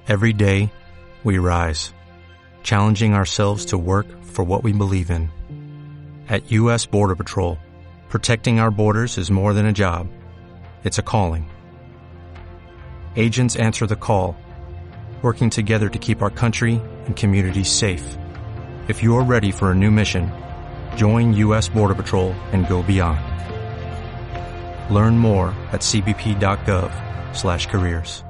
Every day, we rise, challenging ourselves to work for what we believe in. At U.S. Border Patrol, protecting our borders is more than a job. It's a calling. Agents answer the call, working together to keep our country and communities safe. If you're ready for a new mission, join U.S. Border Patrol and go beyond. Learn more at cbp.gov/careers.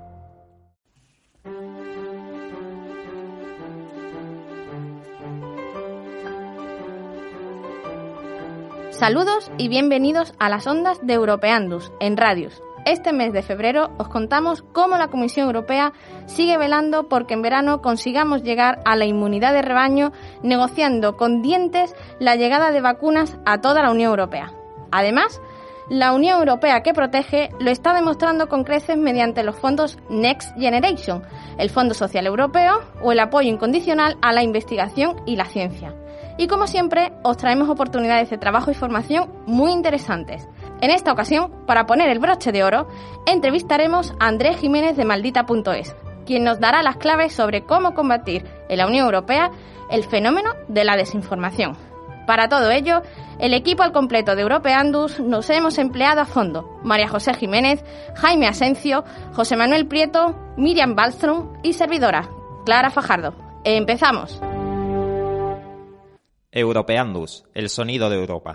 Saludos y bienvenidos a las ondas de Europeandus en Radius. Este mes de febrero os contamos cómo la Comisión Europea sigue velando porque en verano consigamos llegar a la inmunidad de rebaño, negociando con dientes la llegada de vacunas a toda la Unión Europea. Además, la Unión Europea que protege lo está demostrando con creces mediante los fondos Next Generation, el Fondo Social Europeo o el apoyo incondicional a la investigación y la ciencia. Y como siempre, os traemos oportunidades de trabajo y formación muy interesantes. En esta ocasión, para poner el broche de oro, entrevistaremos a Andrés Jiménez de Maldita.es, quien nos dará las claves sobre cómo combatir en la Unión Europea el fenómeno de la desinformación. Para todo ello, el equipo al completo de Europeandus nos hemos empleado a fondo. María José Jiménez, Jaime Asencio, José Manuel Prieto, Miriam Wallström y servidora, Clara Fajardo. ¡Empezamos! Europeandus, el sonido de Europa.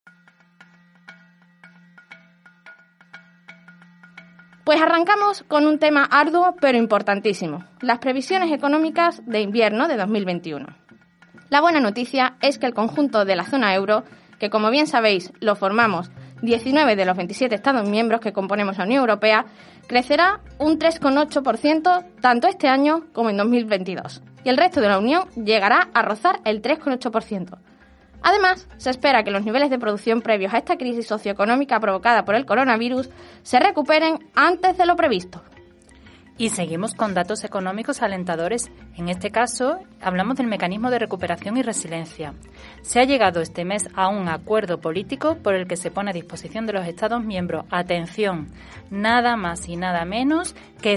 Pues arrancamos con un tema arduo pero importantísimo, las previsiones económicas de invierno de 2021. La buena noticia es que el conjunto de la zona euro, que como bien sabéis lo formamos 19 de los 27 Estados miembros que componemos la Unión Europea, crecerá un 3,8% tanto este año como en 2022. Y el resto de la Unión llegará a rozar el 3,8%. Además, se espera que los niveles de producción previos a esta crisis socioeconómica provocada por el coronavirus se recuperen antes de lo previsto. Y seguimos con datos económicos alentadores. En este caso, hablamos del mecanismo de recuperación y resiliencia. Se ha llegado este mes a un acuerdo político por el que se pone a disposición de los Estados miembros, atención, nada más y nada menos que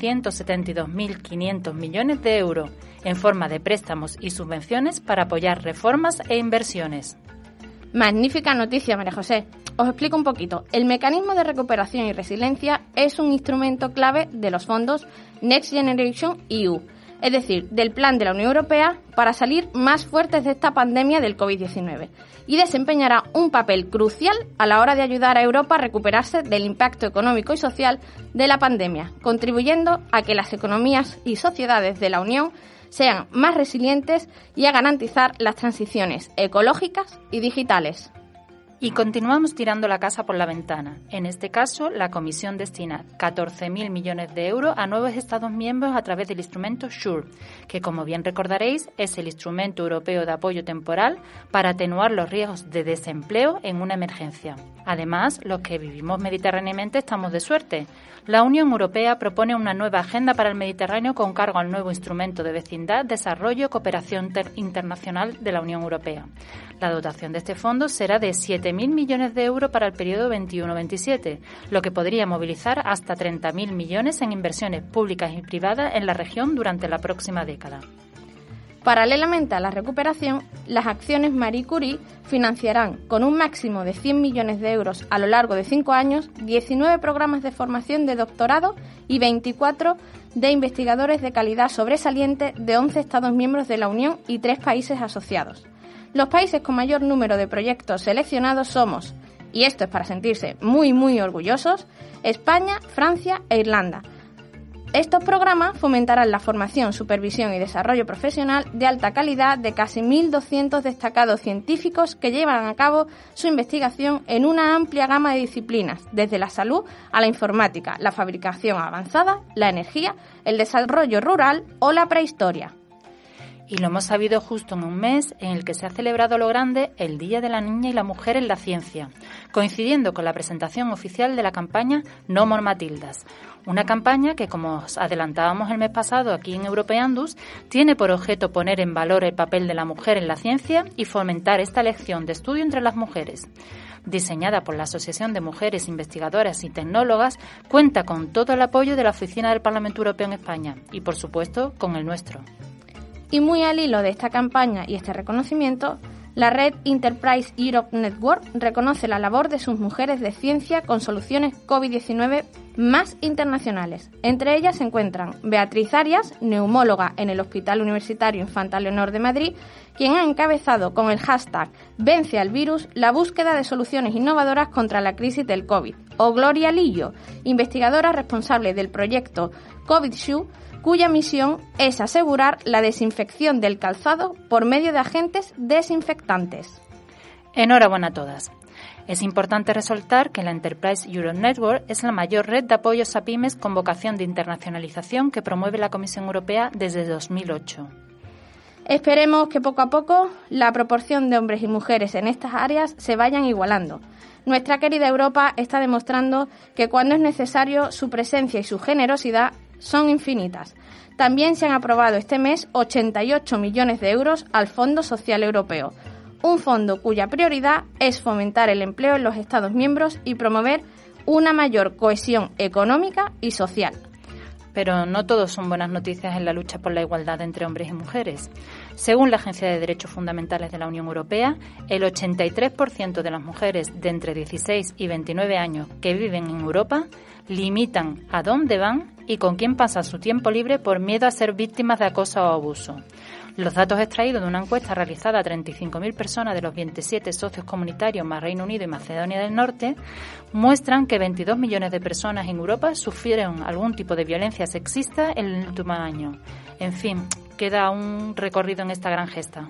672.500 millones de euros en forma de préstamos y subvenciones para apoyar reformas e inversiones. Magnífica noticia, María José. Os explico un poquito. El mecanismo de recuperación y resiliencia es un instrumento clave de los fondos Next Generation EU, es decir, del plan de la Unión Europea para salir más fuertes de esta pandemia del COVID-19, y desempeñará un papel crucial a la hora de ayudar a Europa a recuperarse del impacto económico y social de la pandemia, contribuyendo a que las economías y sociedades de la Unión sean más resilientes y a garantizar las transiciones ecológicas y digitales. Y continuamos tirando la casa por la ventana. En este caso, la Comisión destina 14.000 millones de euros a nuevos Estados miembros a través del instrumento SURE, que, como bien recordaréis, es el instrumento europeo de apoyo temporal para atenuar los riesgos de desempleo en una emergencia. Además, los que vivimos mediterráneamente estamos de suerte. La Unión Europea propone una nueva agenda para el Mediterráneo con cargo al nuevo instrumento de vecindad, desarrollo y cooperación internacional de la Unión Europea. La dotación de este fondo será de 7.000 millones de euros para el periodo 21-27, lo que podría movilizar hasta 30.000 millones en inversiones públicas y privadas en la región durante la próxima década. Paralelamente a la recuperación, las acciones Marie Curie financiarán con un máximo de 100 millones de euros a lo largo de 5 años 19 programas de formación de doctorado y 24 de investigadores de calidad sobresaliente de 11 Estados miembros de la Unión y 3 países asociados. Los países con mayor número de proyectos seleccionados somos, y esto es para sentirse muy muy orgullosos, España, Francia e Irlanda. Estos programas fomentarán la formación, supervisión y desarrollo profesional de alta calidad de casi 1.200 destacados científicos que llevan a cabo su investigación en una amplia gama de disciplinas, desde la salud a la informática, la fabricación avanzada, la energía, el desarrollo rural o la prehistoria. Y lo hemos sabido justo en un mes en el que se ha celebrado a lo grande el Día de la Niña y la Mujer en la Ciencia, coincidiendo con la presentación oficial de la campaña No More Matildas, una campaña que, como os adelantábamos el mes pasado aquí en Europeandus, tiene por objeto poner en valor el papel de la mujer en la ciencia y fomentar esta elección de estudio entre las mujeres. diseñada por la Asociación de Mujeres Investigadoras y Tecnólogas, cuenta con todo el apoyo de la Oficina del Parlamento Europeo en España y, por supuesto, con el nuestro. Y muy al hilo de esta campaña y este reconocimiento, la red Enterprise Europe Network reconoce la labor de sus mujeres de ciencia con soluciones COVID-19 más internacionales. Entre ellas se encuentran Beatriz Arias, neumóloga en el Hospital Universitario Infanta Leonor de Madrid, quien ha encabezado con el hashtag Vence al virus la búsqueda de soluciones innovadoras contra la crisis del COVID, o Gloria Lillo, investigadora responsable del proyecto COVID Shoe, cuya misión es asegurar la desinfección del calzado por medio de agentes desinfectantes. Enhorabuena a todas. Es importante resaltar que la Enterprise Europe Network es la mayor red de apoyos a pymes con vocación de internacionalización que promueve la Comisión Europea desde 2008. Esperemos que poco a poco la proporción de hombres y mujeres en estas áreas se vayan igualando. Nuestra querida Europa está demostrando que cuando es necesario su presencia y su generosidad son infinitas. También se han aprobado este mes 88 millones de euros al Fondo Social Europeo, un fondo cuya prioridad es fomentar el empleo en los Estados miembros y promover una mayor cohesión económica y social. Pero no todo son buenas noticias en la lucha por la igualdad entre hombres y mujeres. Según la Agencia de Derechos Fundamentales de la Unión Europea, el 83% de las mujeres de entre 16 y 29 años que viven en Europa limitan a dónde van y con quién pasan su tiempo libre por miedo a ser víctimas de acoso o abuso. Los datos extraídos de una encuesta realizada a 35.000 personas de los 27 socios comunitarios más Reino Unido y Macedonia del Norte muestran que 22 millones de personas en Europa sufrieron algún tipo de violencia sexista en el último año. En fin, queda un recorrido en esta gran gesta.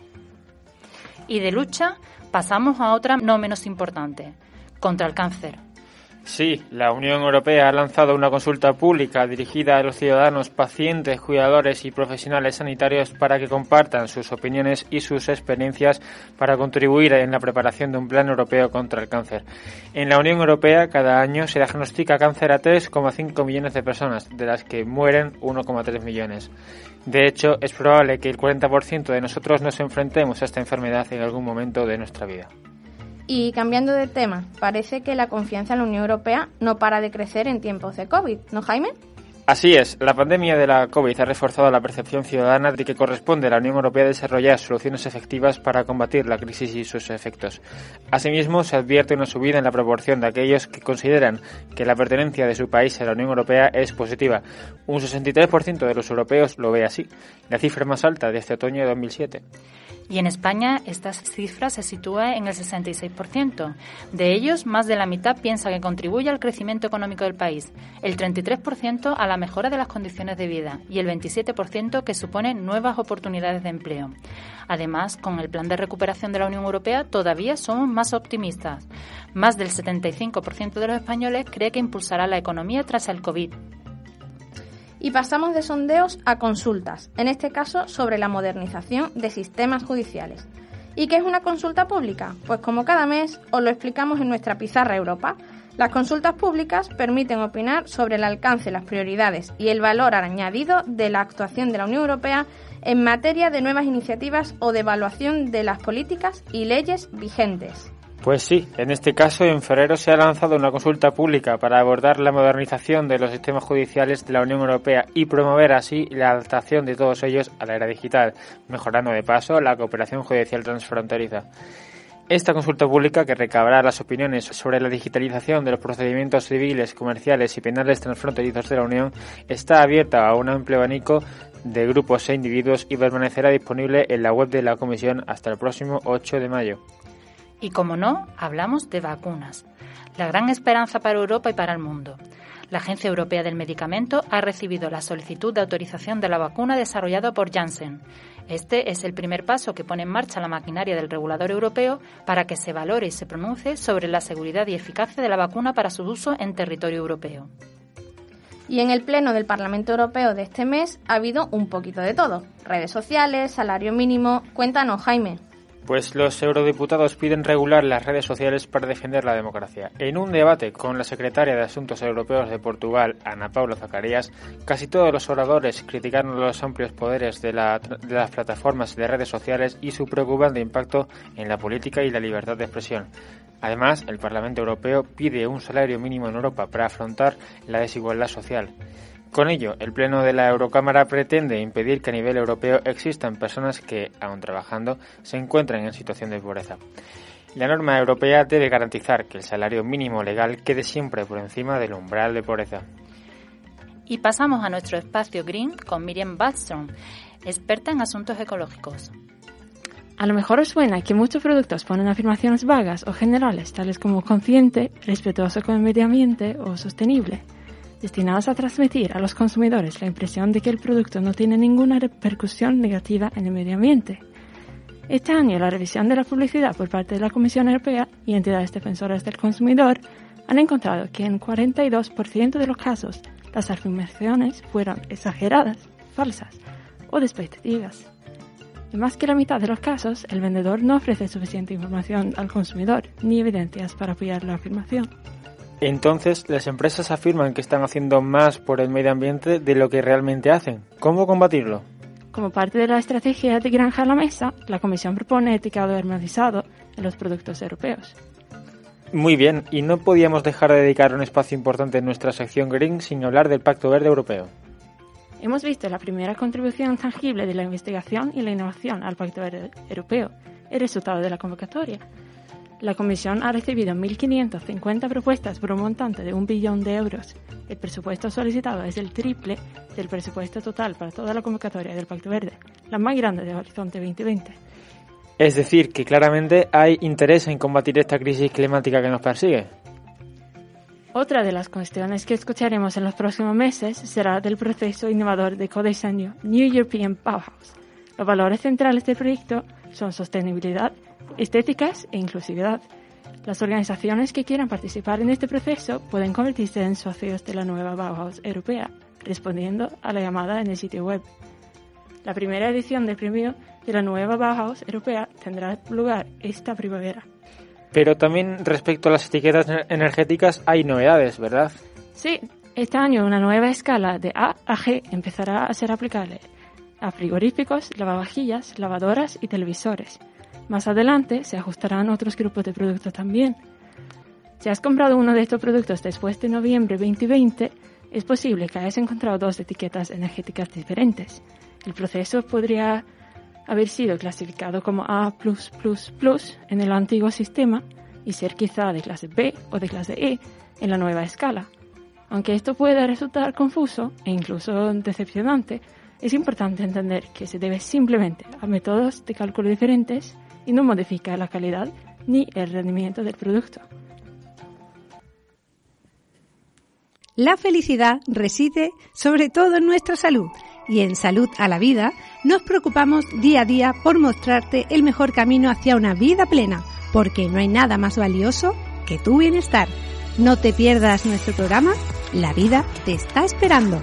Y de lucha pasamos a otra no menos importante, contra el cáncer. Sí, la Unión Europea ha lanzado una consulta pública dirigida a los ciudadanos, pacientes, cuidadores y profesionales sanitarios para que compartan sus opiniones y sus experiencias para contribuir en la preparación de un plan europeo contra el cáncer. En la Unión Europea, cada año se diagnostica cáncer a 3,5 millones de personas, de las que mueren 1,3 millones. De hecho, es probable que el 40% de nosotros nos enfrentemos a esta enfermedad en algún momento de nuestra vida. Y cambiando de tema, parece que la confianza en la Unión Europea no para de crecer en tiempos de COVID, ¿no, Jaime? Así es, la pandemia de la COVID ha reforzado la percepción ciudadana de que corresponde a la Unión Europea desarrollar soluciones efectivas para combatir la crisis y sus efectos. Asimismo, se advierte una subida en la proporción de aquellos que consideran que la pertenencia de su país a la Unión Europea es positiva. Un 63% de los europeos lo ve así, la cifra más alta de este otoño de 2007. Y en España esta cifra se sitúa en el 66%. De ellos, más de la mitad piensa que contribuye al crecimiento económico del país, el 33% a la mejora de las condiciones de vida y el 27% que supone nuevas oportunidades de empleo. Además, con el plan de recuperación de la Unión Europea todavía somos más optimistas. Más del 75% de los españoles cree que impulsará la economía tras el COVID. Y pasamos de sondeos a consultas, en este caso sobre la modernización de sistemas judiciales. ¿Y qué es una consulta pública? Pues como cada mes os lo explicamos en nuestra Pizarra Europa. Las consultas públicas permiten opinar sobre el alcance, las prioridades y el valor añadido de la actuación de la Unión Europea en materia de nuevas iniciativas o de evaluación de las políticas y leyes vigentes. Pues sí, en este caso en febrero se ha lanzado una consulta pública para abordar la modernización de los sistemas judiciales de la Unión Europea y promover así la adaptación de todos ellos a la era digital, mejorando de paso la cooperación judicial transfronteriza. Esta consulta pública, que recabará las opiniones sobre la digitalización de los procedimientos civiles, comerciales y penales transfronterizos de la Unión, está abierta a un amplio abanico de grupos e individuos y permanecerá disponible en la web de la Comisión hasta el próximo 8 de mayo. Y como no, hablamos de vacunas, la gran esperanza para Europa y para el mundo. La Agencia Europea del Medicamento ha recibido la solicitud de autorización de la vacuna desarrollada por Janssen. Este es el primer paso que pone en marcha la maquinaria del regulador europeo para que se valore y se pronuncie sobre la seguridad y eficacia de la vacuna para su uso en territorio europeo. Y en el Pleno del Parlamento Europeo de este mes ha habido un poquito de todo. Redes sociales, salario mínimo. Cuéntanos, Jaime. Pues los eurodiputados piden regular las redes sociales para defender la democracia. En un debate con la secretaria de Asuntos Europeos de Portugal, Ana Paula Zacarías, casi todos los oradores criticaron los amplios poderes de las plataformas de redes sociales y su preocupante impacto en la política y la libertad de expresión. Además, el Parlamento Europeo pide un salario mínimo en Europa para afrontar la desigualdad social. Con ello, el Pleno de la Eurocámara pretende impedir que a nivel europeo existan personas que, aun trabajando, se encuentren en situación de pobreza. La norma europea debe garantizar que el salario mínimo legal quede siempre por encima del umbral de pobreza. Y pasamos a nuestro espacio Green con Miriam Batstrom, experta en asuntos ecológicos. A lo mejor os suena que muchos productos ponen afirmaciones vagas o generales, tales como consciente, respetuoso con el medio ambiente o sostenible, destinados a transmitir a los consumidores la impresión de que el producto no tiene ninguna repercusión negativa en el medio ambiente. Este año, la revisión de la publicidad por parte de la Comisión Europea y entidades defensoras del consumidor han encontrado que en 42% de los casos las afirmaciones fueron exageradas, falsas o despectivas. En más que la mitad de los casos, el vendedor no ofrece suficiente información al consumidor ni evidencias para apoyar la afirmación. Entonces, las empresas afirman que están haciendo más por el medio ambiente de lo que realmente hacen. ¿Cómo combatirlo? Como parte de la estrategia de Granja a la Mesa, la Comisión propone etiquetado armonizado en los productos europeos. Muy bien, y no podíamos dejar de dedicar un espacio importante en nuestra sección Green sin hablar del Pacto Verde Europeo. Hemos visto la primera contribución tangible de la investigación y la innovación al Pacto Verde Europeo, el resultado de la convocatoria. La Comisión ha recibido 1.550 propuestas por un montante de 1 billón de euros. El presupuesto solicitado es el triple del presupuesto total para toda la convocatoria del Pacto Verde, la más grande de Horizonte 2020. Es decir, que claramente hay interés en combatir esta crisis climática que nos persigue. Otra de las cuestiones que escucharemos en los próximos meses será del proceso innovador de codiseño New European Bauhaus. Los valores centrales del proyecto son sostenibilidad, estéticas e inclusividad. Las organizaciones que quieran participar en este proceso pueden convertirse en socios de la nueva Bauhaus europea, respondiendo a la llamada en el sitio web. La primera edición del premio de la nueva Bauhaus europea tendrá lugar esta primavera. Pero también respecto a las etiquetas energéticas hay novedades, ¿verdad? Sí, este año una nueva escala de A a G empezará a ser aplicable a frigoríficos, lavavajillas, lavadoras y televisores. Más adelante se ajustarán otros grupos de productos también. Si has comprado uno de estos productos después de noviembre 2020, es posible que hayas encontrado dos etiquetas energéticas diferentes. El proceso podría haber sido clasificado como A+++ en el antiguo sistema y ser quizá de clase B o de clase E en la nueva escala. Aunque esto pueda resultar confuso e incluso decepcionante, es importante entender que se debe simplemente a métodos de cálculo diferentes y no modifica la calidad ni el rendimiento del producto. La felicidad reside sobre todo en nuestra salud y en Salud a la Vida nos preocupamos día a día por mostrarte el mejor camino hacia una vida plena, porque no hay nada más valioso que tu bienestar. No te pierdas nuestro programa, La Vida te está esperando.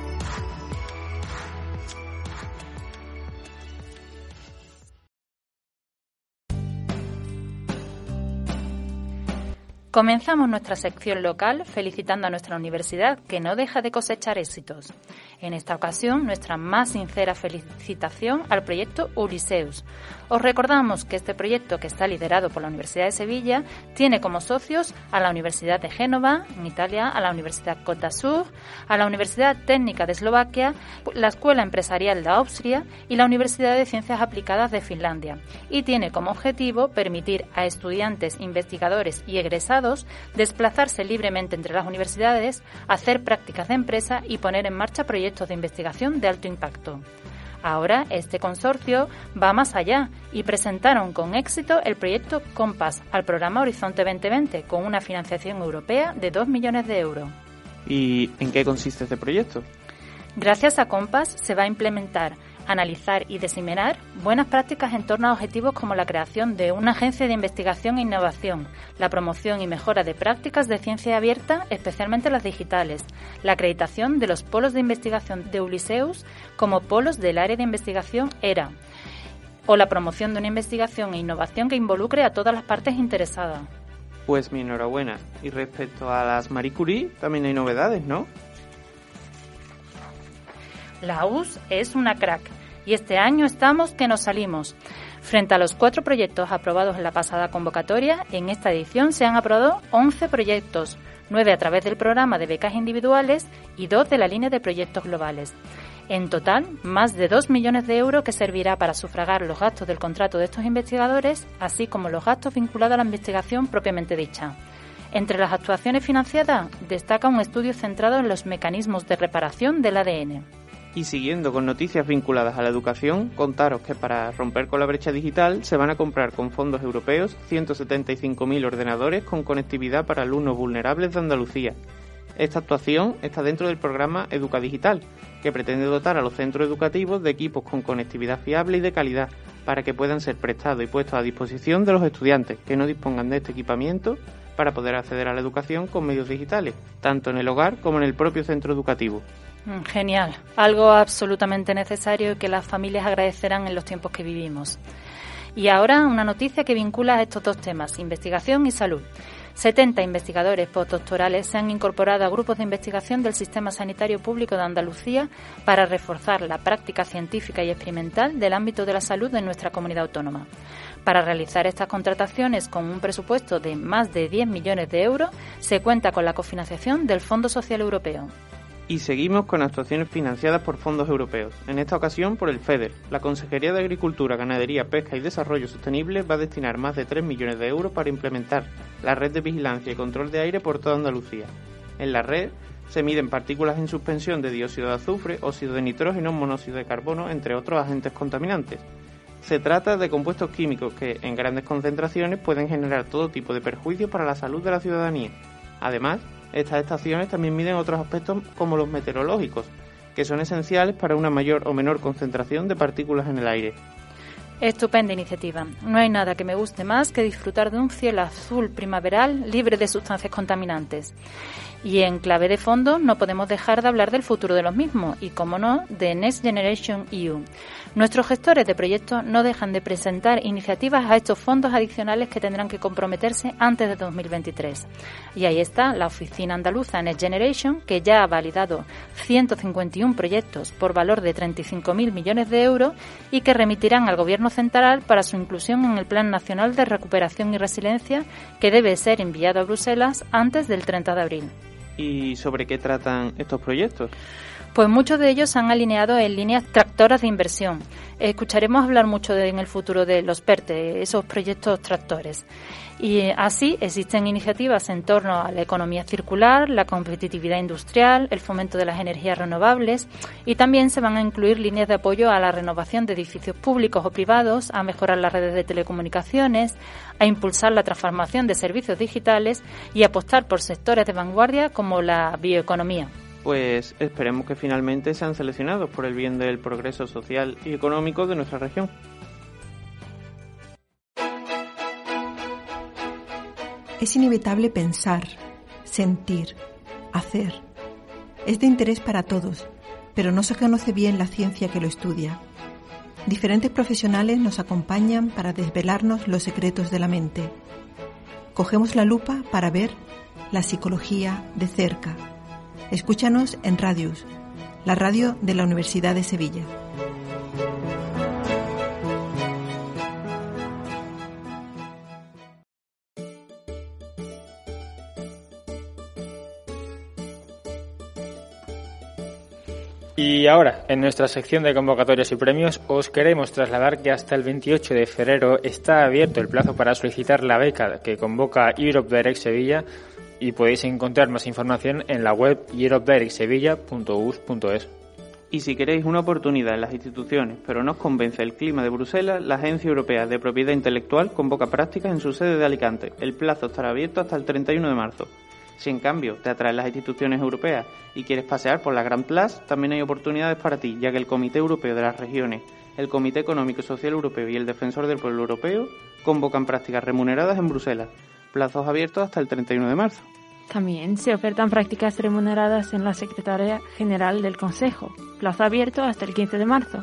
Comenzamos nuestra sección local felicitando a nuestra universidad, que no deja de cosechar éxitos. En esta ocasión, nuestra más sincera felicitación al proyecto Uliseus. Os recordamos que este proyecto, que está liderado por la Universidad de Sevilla, tiene como socios a la Universidad de Génova, en Italia, a la Universidad Côte d'Azur, a la Universidad Técnica de Eslovaquia, la Escuela Empresarial de Austria y la Universidad de Ciencias Aplicadas de Finlandia. Y tiene como objetivo permitir a estudiantes, investigadores y egresados desplazarse libremente entre las universidades, hacer prácticas de empresa y poner en marcha proyectos de investigación de alto impacto. Ahora este consorcio va más allá y presentaron con éxito el proyecto Compass al programa Horizonte 2020 con una financiación europea de 2 millones de euros. ¿Y en qué consiste este proyecto? Gracias a Compass se va a implementar, analizar y diseminar buenas prácticas en torno a objetivos como la creación de una agencia de investigación e innovación, la promoción y mejora de prácticas de ciencia abierta, especialmente las digitales, la acreditación de los polos de investigación de Uliseus como polos del área de investigación ERA, o la promoción de una investigación e innovación que involucre a todas las partes interesadas. Pues mi enhorabuena. Y respecto a las Marie Curie, también hay novedades, ¿no? La US es una crack y este año estamos que nos salimos. Frente a los 4 proyectos aprobados en la pasada convocatoria, en esta edición se han aprobado 11 proyectos, 9 a través del programa de becas individuales y 2 de la línea de proyectos globales. En total, más de 2 millones de euros que servirá para sufragar los gastos del contrato de estos investigadores, así como los gastos vinculados a la investigación propiamente dicha. Entre las actuaciones financiadas, destaca un estudio centrado en los mecanismos de reparación del ADN. Y siguiendo con noticias vinculadas a la educación, contaros que para romper con la brecha digital se van a comprar con fondos europeos 175.000 ordenadores con conectividad para alumnos vulnerables de Andalucía. Esta actuación está dentro del programa Educadigital, que pretende dotar a los centros educativos de equipos con conectividad fiable y de calidad, para que puedan ser prestados y puestos a disposición de los estudiantes que no dispongan de este equipamiento para poder acceder a la educación con medios digitales, tanto en el hogar como en el propio centro educativo. Genial, algo absolutamente necesario y que las familias agradecerán en los tiempos que vivimos. Y ahora una noticia que vincula a estos dos temas, investigación y salud. 70 investigadores postdoctorales se han incorporado a grupos de investigación del Sistema Sanitario Público de Andalucía para reforzar la práctica científica y experimental del ámbito de la salud de nuestra comunidad autónoma. Para realizar estas contrataciones con un presupuesto de más de 10 millones de euros, se cuenta con la cofinanciación del Fondo Social Europeo. Y seguimos con actuaciones financiadas por fondos europeos, en esta ocasión por el FEDER. La Consejería de Agricultura, Ganadería, Pesca y Desarrollo Sostenible va a destinar más de 3 millones de euros para implementar la red de vigilancia y control de aire por toda Andalucía. En la red se miden partículas en suspensión de dióxido de azufre, óxido de nitrógeno, monóxido de carbono, entre otros agentes contaminantes. Se trata de compuestos químicos que, en grandes concentraciones, pueden generar todo tipo de perjuicios para la salud de la ciudadanía. Además, estas estaciones también miden otros aspectos como los meteorológicos, que son esenciales para una mayor o menor concentración de partículas en el aire. Estupenda iniciativa. No hay nada que me guste más que disfrutar de un cielo azul primaveral libre de sustancias contaminantes. Y en clave de fondo no podemos dejar de hablar del futuro de los mismos y, como no, de Next Generation EU. Nuestros gestores de proyectos no dejan de presentar iniciativas a estos fondos adicionales que tendrán que comprometerse antes de 2023. Y ahí está la Oficina Andaluza Next Generation, que ya ha validado 151 proyectos por valor de 35.000 millones de euros y que remitirán al Gobierno central para su inclusión en el Plan Nacional de Recuperación y Resiliencia, que debe ser enviado a Bruselas antes del 30 de abril. ¿Y sobre qué tratan estos proyectos? Pues muchos de ellos se han alineado en líneas tractoras de inversión. Escucharemos hablar mucho en el futuro de los PERTE, esos proyectos tractores. Y así existen iniciativas en torno a la economía circular, la competitividad industrial, el fomento de las energías renovables y también se van a incluir líneas de apoyo a la renovación de edificios públicos o privados, a mejorar las redes de telecomunicaciones, a impulsar la transformación de servicios digitales y apostar por sectores de vanguardia como la bioeconomía. Pues esperemos que finalmente sean seleccionados por el bien del progreso social y económico de nuestra región. Es inevitable pensar, sentir, hacer. Es de interés para todos, pero no se conoce bien la ciencia que lo estudia. Diferentes profesionales nos acompañan para desvelarnos los secretos de la mente. Cogemos la lupa para ver la psicología de cerca. Escúchanos en Radius, la radio de la Universidad de Sevilla. Y ahora, en nuestra sección de convocatorias y premios, os queremos trasladar que hasta el 28 de febrero está abierto el plazo para solicitar la beca que convoca Europe Direct Sevilla y podéis encontrar más información en la web europedirectsevilla.us.es. Y si queréis una oportunidad en las instituciones, pero no os convence el clima de Bruselas, la Agencia Europea de Propiedad Intelectual convoca prácticas en su sede de Alicante. El plazo estará abierto hasta el 31 de marzo. Si en cambio te atraen las instituciones europeas y quieres pasear por la Grand Place, también hay oportunidades para ti, ya que el Comité Europeo de las Regiones, el Comité Económico y Social Europeo y el Defensor del Pueblo Europeo convocan prácticas remuneradas en Bruselas. Plazos abiertos hasta el 31 de marzo. También se ofertan prácticas remuneradas en la Secretaría General del Consejo. Plazo abierto hasta el 15 de marzo.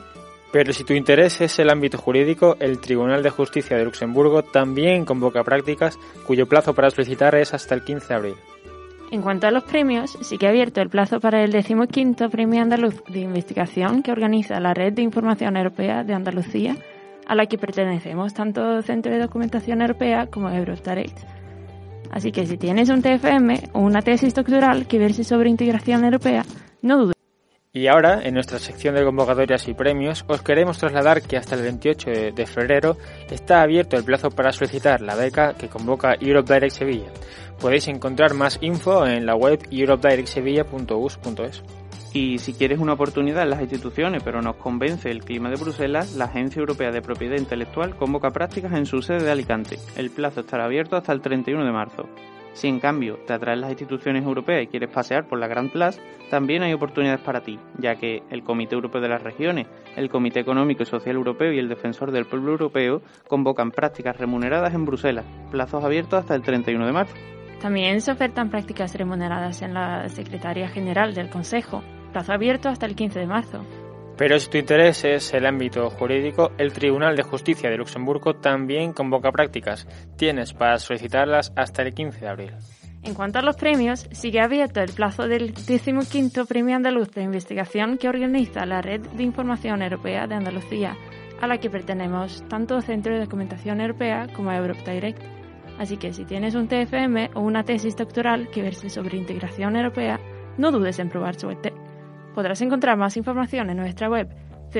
Pero si tu interés es el ámbito jurídico, el Tribunal de Justicia de Luxemburgo también convoca prácticas cuyo plazo para solicitar es hasta el 15 de abril. En cuanto a los premios, sí que ha abierto el plazo para el 15º Premio Andaluz de Investigación que organiza la Red de Información Europea de Andalucía, a la que pertenecemos tanto Centro de Documentación Europea como Eurodirect. Así que si tienes un TFM o una tesis doctoral que verse sobre integración europea, no dudes. Y ahora, en nuestra sección de convocatorias y premios, os queremos trasladar que hasta el 28 de febrero está abierto el plazo para solicitar la beca que convoca Eurodirect Sevilla. Podéis encontrar más info en la web europedirectsevilla.us.es. Y si quieres una oportunidad en las instituciones, pero nos convence el clima de Bruselas, la Agencia Europea de Propiedad Intelectual convoca prácticas en su sede de Alicante. El plazo estará abierto hasta el 31 de marzo. Si en cambio te atraen las instituciones europeas y quieres pasear por la Grand Place, también hay oportunidades para ti, ya que el Comité Europeo de las Regiones, el Comité Económico y Social Europeo y el Defensor del Pueblo Europeo convocan prácticas remuneradas en Bruselas, plazos abiertos hasta el 31 de marzo. También se ofertan prácticas remuneradas en la Secretaría General del Consejo, plazo abierto hasta el 15 de marzo. Pero si tu interés es el ámbito jurídico, el Tribunal de Justicia de Luxemburgo también convoca prácticas. Tienes para solicitarlas hasta el 15 de abril. En cuanto a los premios, sigue abierto el plazo del 15º Premio Andaluz de Investigación que organiza la Red de Información Europea de Andalucía, a la que pertenecemos tanto Centro de Documentación Europea como Eurodirect. Así que si tienes un TFM o una tesis doctoral que verse sobre integración europea, no dudes en probar suerte. Podrás encontrar más información en nuestra web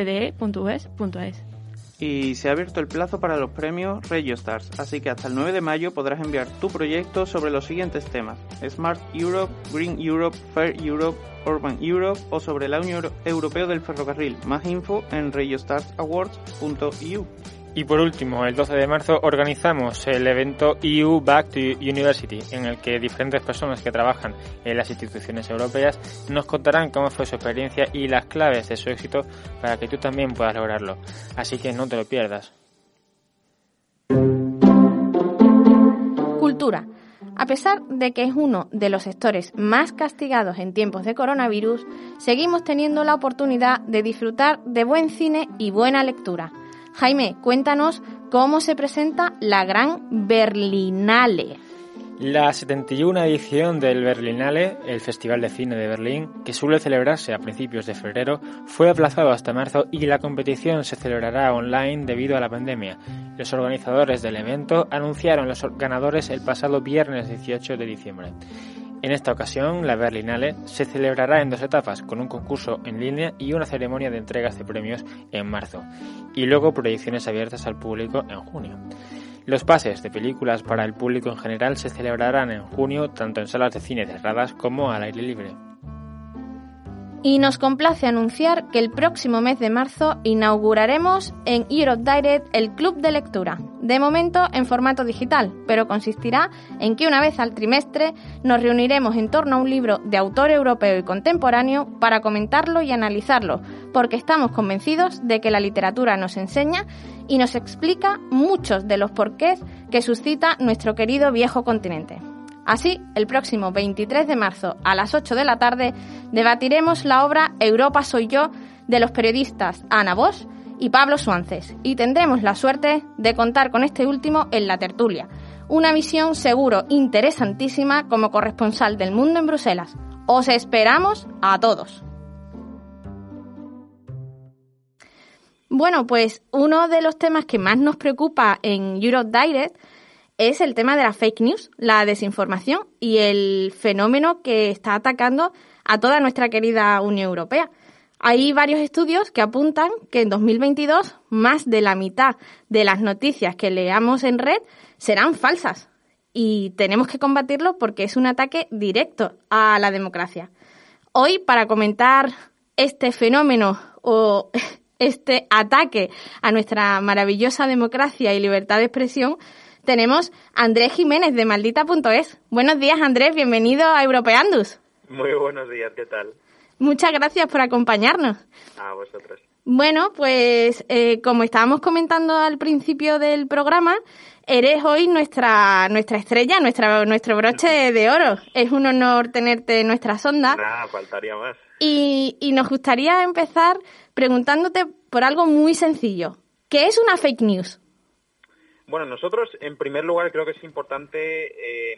cde.us.es. Y se ha abierto el plazo para los premios RegioStars, así que hasta el 9 de mayo podrás enviar tu proyecto sobre los siguientes temas: Smart Europe, Green Europe, Fair Europe, Urban Europe o sobre el Año Europeo del Ferrocarril. Más info en regioStarsAwards.eu. Y por último, el 12 de marzo organizamos el evento EU Back to University, en el que diferentes personas que trabajan en las instituciones europeas nos contarán cómo fue su experiencia y las claves de su éxito para que tú también puedas lograrlo. Así que no te lo pierdas. Cultura. A pesar de que es uno de los sectores más castigados en tiempos de coronavirus, seguimos teniendo la oportunidad de disfrutar de buen cine y buena lectura. Jaime, cuéntanos cómo se presenta la Gran Berlinale. La 71 edición del Berlinale, el Festival de Cine de Berlín, que suele celebrarse a principios de febrero, fue aplazado hasta marzo y la competición se celebrará online debido a la pandemia. Los organizadores del evento anunciaron los ganadores el pasado viernes 18 de diciembre. En esta ocasión, la Berlinale se celebrará en 2 etapas, con un concurso en línea y una ceremonia de entregas de premios en marzo, y luego proyecciones abiertas al público en junio. Los pases de películas para el público en general se celebrarán en junio tanto en salas de cine cerradas como al aire libre. Y nos complace anunciar que el próximo mes de marzo inauguraremos en Eurodirect el Club de Lectura, de momento en formato digital, pero consistirá en que una vez al trimestre nos reuniremos en torno a un libro de autor europeo y contemporáneo para comentarlo y analizarlo, porque estamos convencidos de que la literatura nos enseña y nos explica muchos de los porqués que suscita nuestro querido viejo continente. Así, el próximo 23 de marzo a las 8 de la tarde debatiremos la obra Europa soy yo de los periodistas Ana Bosch y Pablo Suances y tendremos la suerte de contar con este último en la tertulia. Una visión seguro interesantísima como corresponsal del mundo en Bruselas. Os esperamos a todos. Bueno, pues uno de los temas que más nos preocupa en Eurodirect es el tema de la fake news, la desinformación y el fenómeno que está atacando a toda nuestra querida Unión Europea. Hay varios estudios que apuntan que en 2022 más de la mitad de las noticias que leamos en red serán falsas y tenemos que combatirlo porque es un ataque directo a la democracia. Hoy, para comentar este fenómeno o este ataque a nuestra maravillosa democracia y libertad de expresión, tenemos a Andrés Jiménez de Maldita.es. Buenos días, Andrés, bienvenido a Europeandus. Muy buenos días, ¿qué tal? Muchas gracias por acompañarnos. A vosotros. Bueno, pues como estábamos comentando al principio del programa, eres hoy nuestra estrella, nuestro broche de oro. Es un honor tenerte en nuestras ondas. Nada, faltaría más. Y nos gustaría empezar preguntándote por algo muy sencillo. ¿Qué es una fake news? Bueno, nosotros, en primer lugar, creo que es importante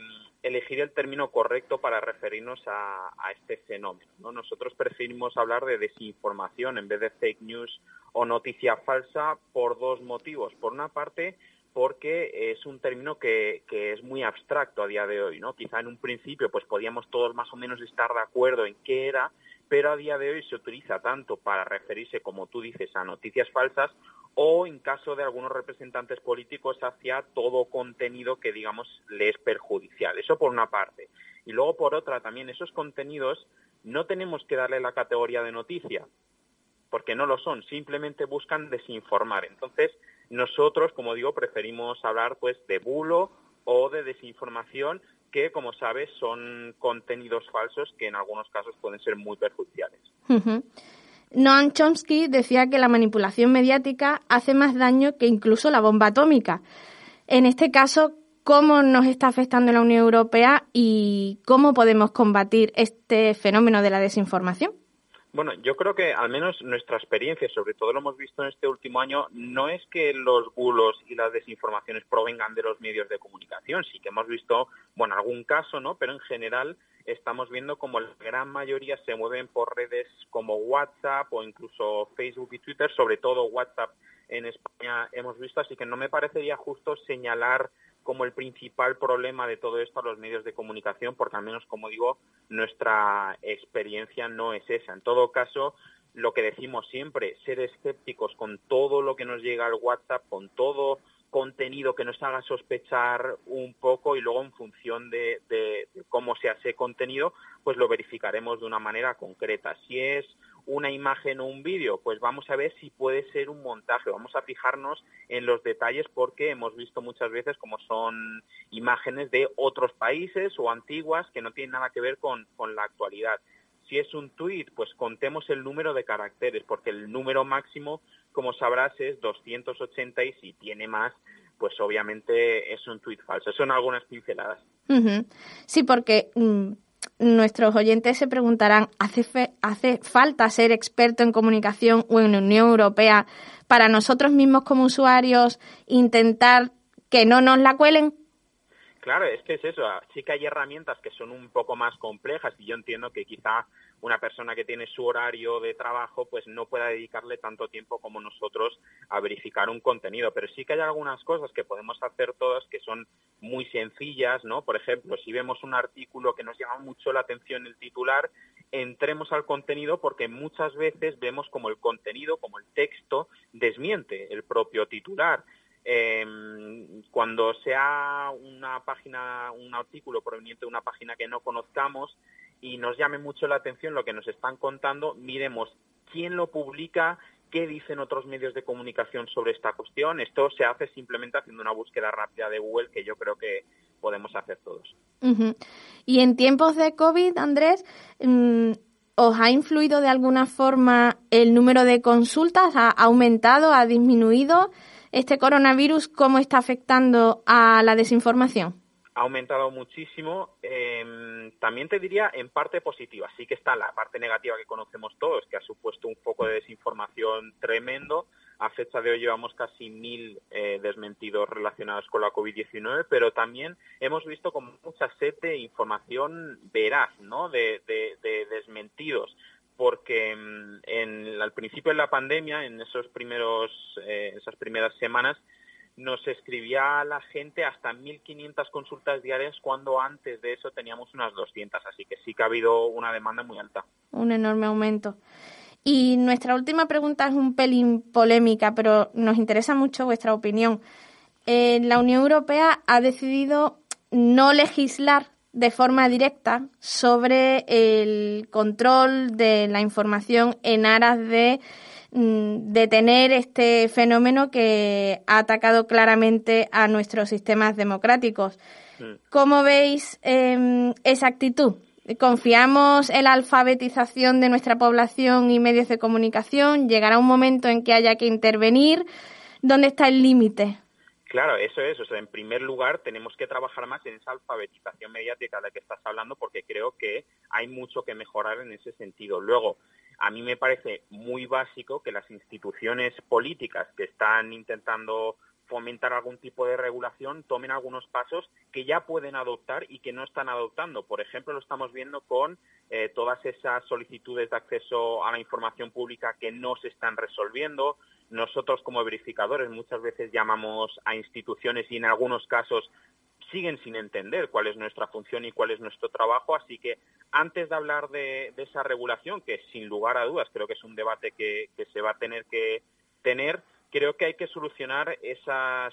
elegir el término correcto para referirnos a este fenómeno, ¿no? Nosotros preferimos hablar de desinformación en vez de fake news o noticia falsa por dos motivos. Por una parte, porque es un término que es muy abstracto a día de hoy, ¿no? Quizá en un principio pues podíamos todos más o menos estar de acuerdo en qué era, pero a día de hoy se utiliza tanto para referirse, como tú dices, a noticias falsas o, en caso de algunos representantes políticos, hacia todo contenido que, digamos, le es perjudicial. Eso por una parte. Y luego, por otra, también esos contenidos no tenemos que darle la categoría de noticia, porque no lo son, simplemente buscan desinformar. Entonces, nosotros, como digo, preferimos hablar pues de bulo o de desinformación, que, como sabes, son contenidos falsos que en algunos casos pueden ser muy perjudiciales. Uh-huh. Noam Chomsky decía que la manipulación mediática hace más daño que incluso la bomba atómica. En este caso, ¿cómo nos está afectando la Unión Europea y cómo podemos combatir este fenómeno de la desinformación? Bueno, yo creo que al menos nuestra experiencia, sobre todo lo hemos visto en este último año, no es que los bulos y las desinformaciones provengan de los medios de comunicación. Sí que hemos visto, bueno, algún caso, ¿no? Pero en general estamos viendo como la gran mayoría se mueven por redes como WhatsApp o incluso Facebook y Twitter, sobre todo WhatsApp en España hemos visto, así que no me parecería justo señalar como el principal problema de todo esto a los medios de comunicación, porque al menos, como digo, nuestra experiencia no es esa. En todo caso, lo que decimos siempre, ser escépticos con todo lo que nos llega al WhatsApp, con todo contenido que nos haga sospechar un poco, y luego en función de cómo sea ese contenido, pues lo verificaremos de una manera concreta. Si es una imagen o un vídeo, pues vamos a ver si puede ser un montaje, vamos a fijarnos en los detalles, porque hemos visto muchas veces como son imágenes de otros países o antiguas que no tienen nada que ver con la actualidad. Si es un tuit, pues contemos el número de caracteres, porque el número máximo, como sabrás, es 280 y si tiene más, pues obviamente es un tuit falso. Son algunas pinceladas. Uh-huh. Sí, porque nuestros oyentes se preguntarán, ¿hace falta ser experto en comunicación o en la Unión Europea para nosotros mismos como usuarios intentar que no nos la cuelen? Claro, es que es eso. Sí que hay herramientas que son un poco más complejas y yo entiendo que quizá una persona que tiene su horario de trabajo pues no pueda dedicarle tanto tiempo como nosotros a verificar un contenido, pero sí que hay algunas cosas que podemos hacer todas que son muy sencillas, ¿no? Por ejemplo, si vemos un artículo que nos llama mucho la atención el titular, entremos al contenido, porque muchas veces vemos como el contenido, como el texto, desmiente el propio titular. Cuando sea una página, un artículo proveniente de una página que no conozcamos y nos llame mucho la atención lo que nos están contando, miremos quién lo publica, qué dicen otros medios de comunicación sobre esta cuestión. Esto se hace simplemente haciendo una búsqueda rápida de Google, que yo creo que podemos hacer todos. Uh-huh. Y en tiempos de COVID, Andrés, ¿os ha influido de alguna forma el número de consultas? ¿Ha aumentado, ha disminuido? ¿Este coronavirus cómo está afectando a la desinformación? Ha aumentado muchísimo. También te diría en parte positiva. Sí que está la parte negativa que conocemos todos, que ha supuesto un foco de desinformación tremendo. A fecha de hoy llevamos casi 1.000 desmentidos relacionados con la COVID-19, pero también hemos visto como mucha sed de información veraz, ¿no? De desmentidos. Porque al principio de la pandemia, en esas primeras semanas, nos escribía la gente hasta 1.500 consultas diarias, cuando antes de eso teníamos unas 200, así que sí que ha habido una demanda muy alta. Un enorme aumento. Y nuestra última pregunta es un pelín polémica, pero nos interesa mucho vuestra opinión. La Unión Europea ha decidido no legislar de forma directa sobre el control de la información en aras de detener este fenómeno que ha atacado claramente a nuestros sistemas democráticos. ¿Cómo veis esa actitud? ¿Confiamos en la alfabetización de nuestra población y medios de comunicación? ¿Llegará un momento en que haya que intervenir? ¿Dónde está el límite? Claro, eso es. O sea, en primer lugar, tenemos que trabajar más en esa alfabetización mediática de la que estás hablando, porque creo que hay mucho que mejorar en ese sentido. Luego, A mí me parece muy básico que las instituciones políticas que están intentando fomentar algún tipo de regulación tomen algunos pasos que ya pueden adoptar y que no están adoptando. Por ejemplo, lo estamos viendo con todas esas solicitudes de acceso a la información pública que no se están resolviendo. Nosotros, como verificadores, muchas veces llamamos a instituciones y en algunos casos siguen sin entender cuál es nuestra función y cuál es nuestro trabajo. Así que antes de hablar de esa regulación, que sin lugar a dudas creo que es un debate que se va a tener que tener, creo que hay que solucionar esas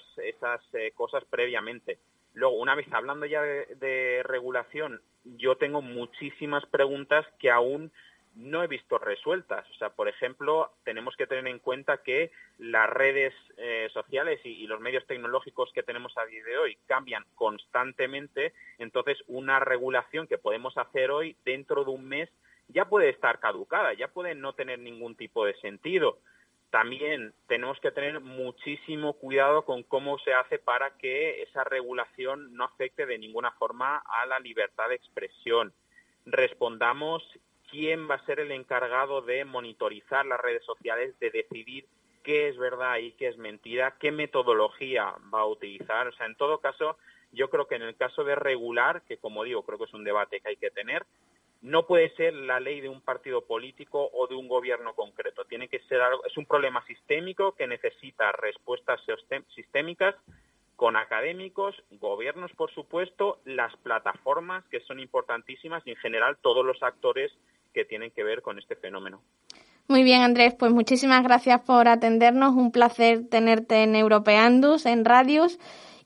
cosas previamente. Luego, una vez hablando ya de regulación, yo tengo muchísimas preguntas que aún no he visto resueltas. O sea, por ejemplo, tenemos que tener en cuenta que las redes sociales y los medios tecnológicos que tenemos a día de hoy cambian constantemente. Entonces, una regulación que podemos hacer hoy, dentro de un mes, ya puede estar caducada, ya puede no tener ningún tipo de sentido. También tenemos que tener muchísimo cuidado con cómo se hace para que esa regulación no afecte de ninguna forma a la libertad de expresión. Respondamos quién va a ser el encargado de monitorizar las redes sociales, de decidir qué es verdad y qué es mentira, qué metodología va a utilizar. O sea, en todo caso, yo creo que en el caso de regular, que como digo, creo que es un debate que hay que tener, no puede ser la ley de un partido político o de un gobierno concreto. Tiene que ser algo, es un problema sistémico que necesita respuestas sistémicas con académicos, gobiernos, por supuesto, las plataformas, que son importantísimas, y en general todos los actores que tienen que ver con este fenómeno. Muy bien, Andrés, pues muchísimas gracias por atendernos. Un placer tenerte en Europeandus, en Radius,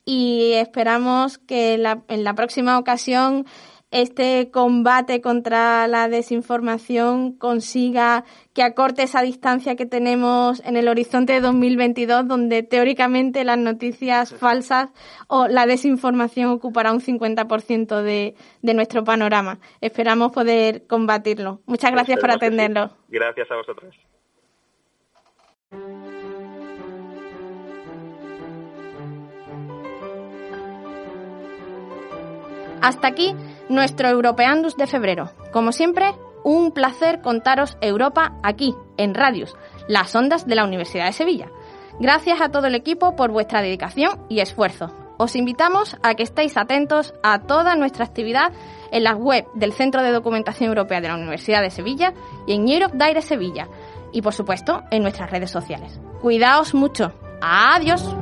y esperamos que en la próxima ocasión este combate contra la desinformación consiga que acorte esa distancia que tenemos en el horizonte de 2022, donde teóricamente las noticias falsas o la desinformación ocupará un 50% de nuestro panorama. Esperamos poder combatirlo. Muchas gracias por atendernos. Sí. Gracias a vosotros. Hasta aquí nuestro Europeandus de febrero. Como siempre, un placer contaros Europa aquí, en Radius, las ondas de la Universidad de Sevilla. Gracias a todo el equipo por vuestra dedicación y esfuerzo. Os invitamos a que estéis atentos a toda nuestra actividad en la web del Centro de Documentación Europea de la Universidad de Sevilla y en Europe Direct Sevilla. Y, por supuesto, en nuestras redes sociales. Cuidaos mucho. ¡Adiós!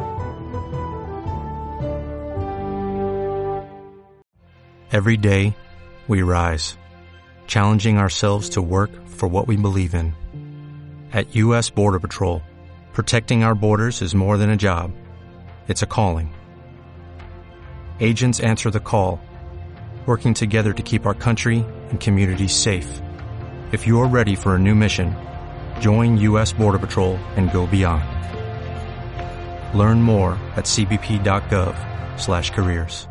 Every day, we rise, challenging ourselves to work for what we believe in. At U.S. Border Patrol, protecting our borders is more than a job. It's a calling. Agents answer the call, working together to keep our country and communities safe. If you're ready for a new mission, join U.S. Border Patrol and go beyond. Learn more at cbp.gov/careers.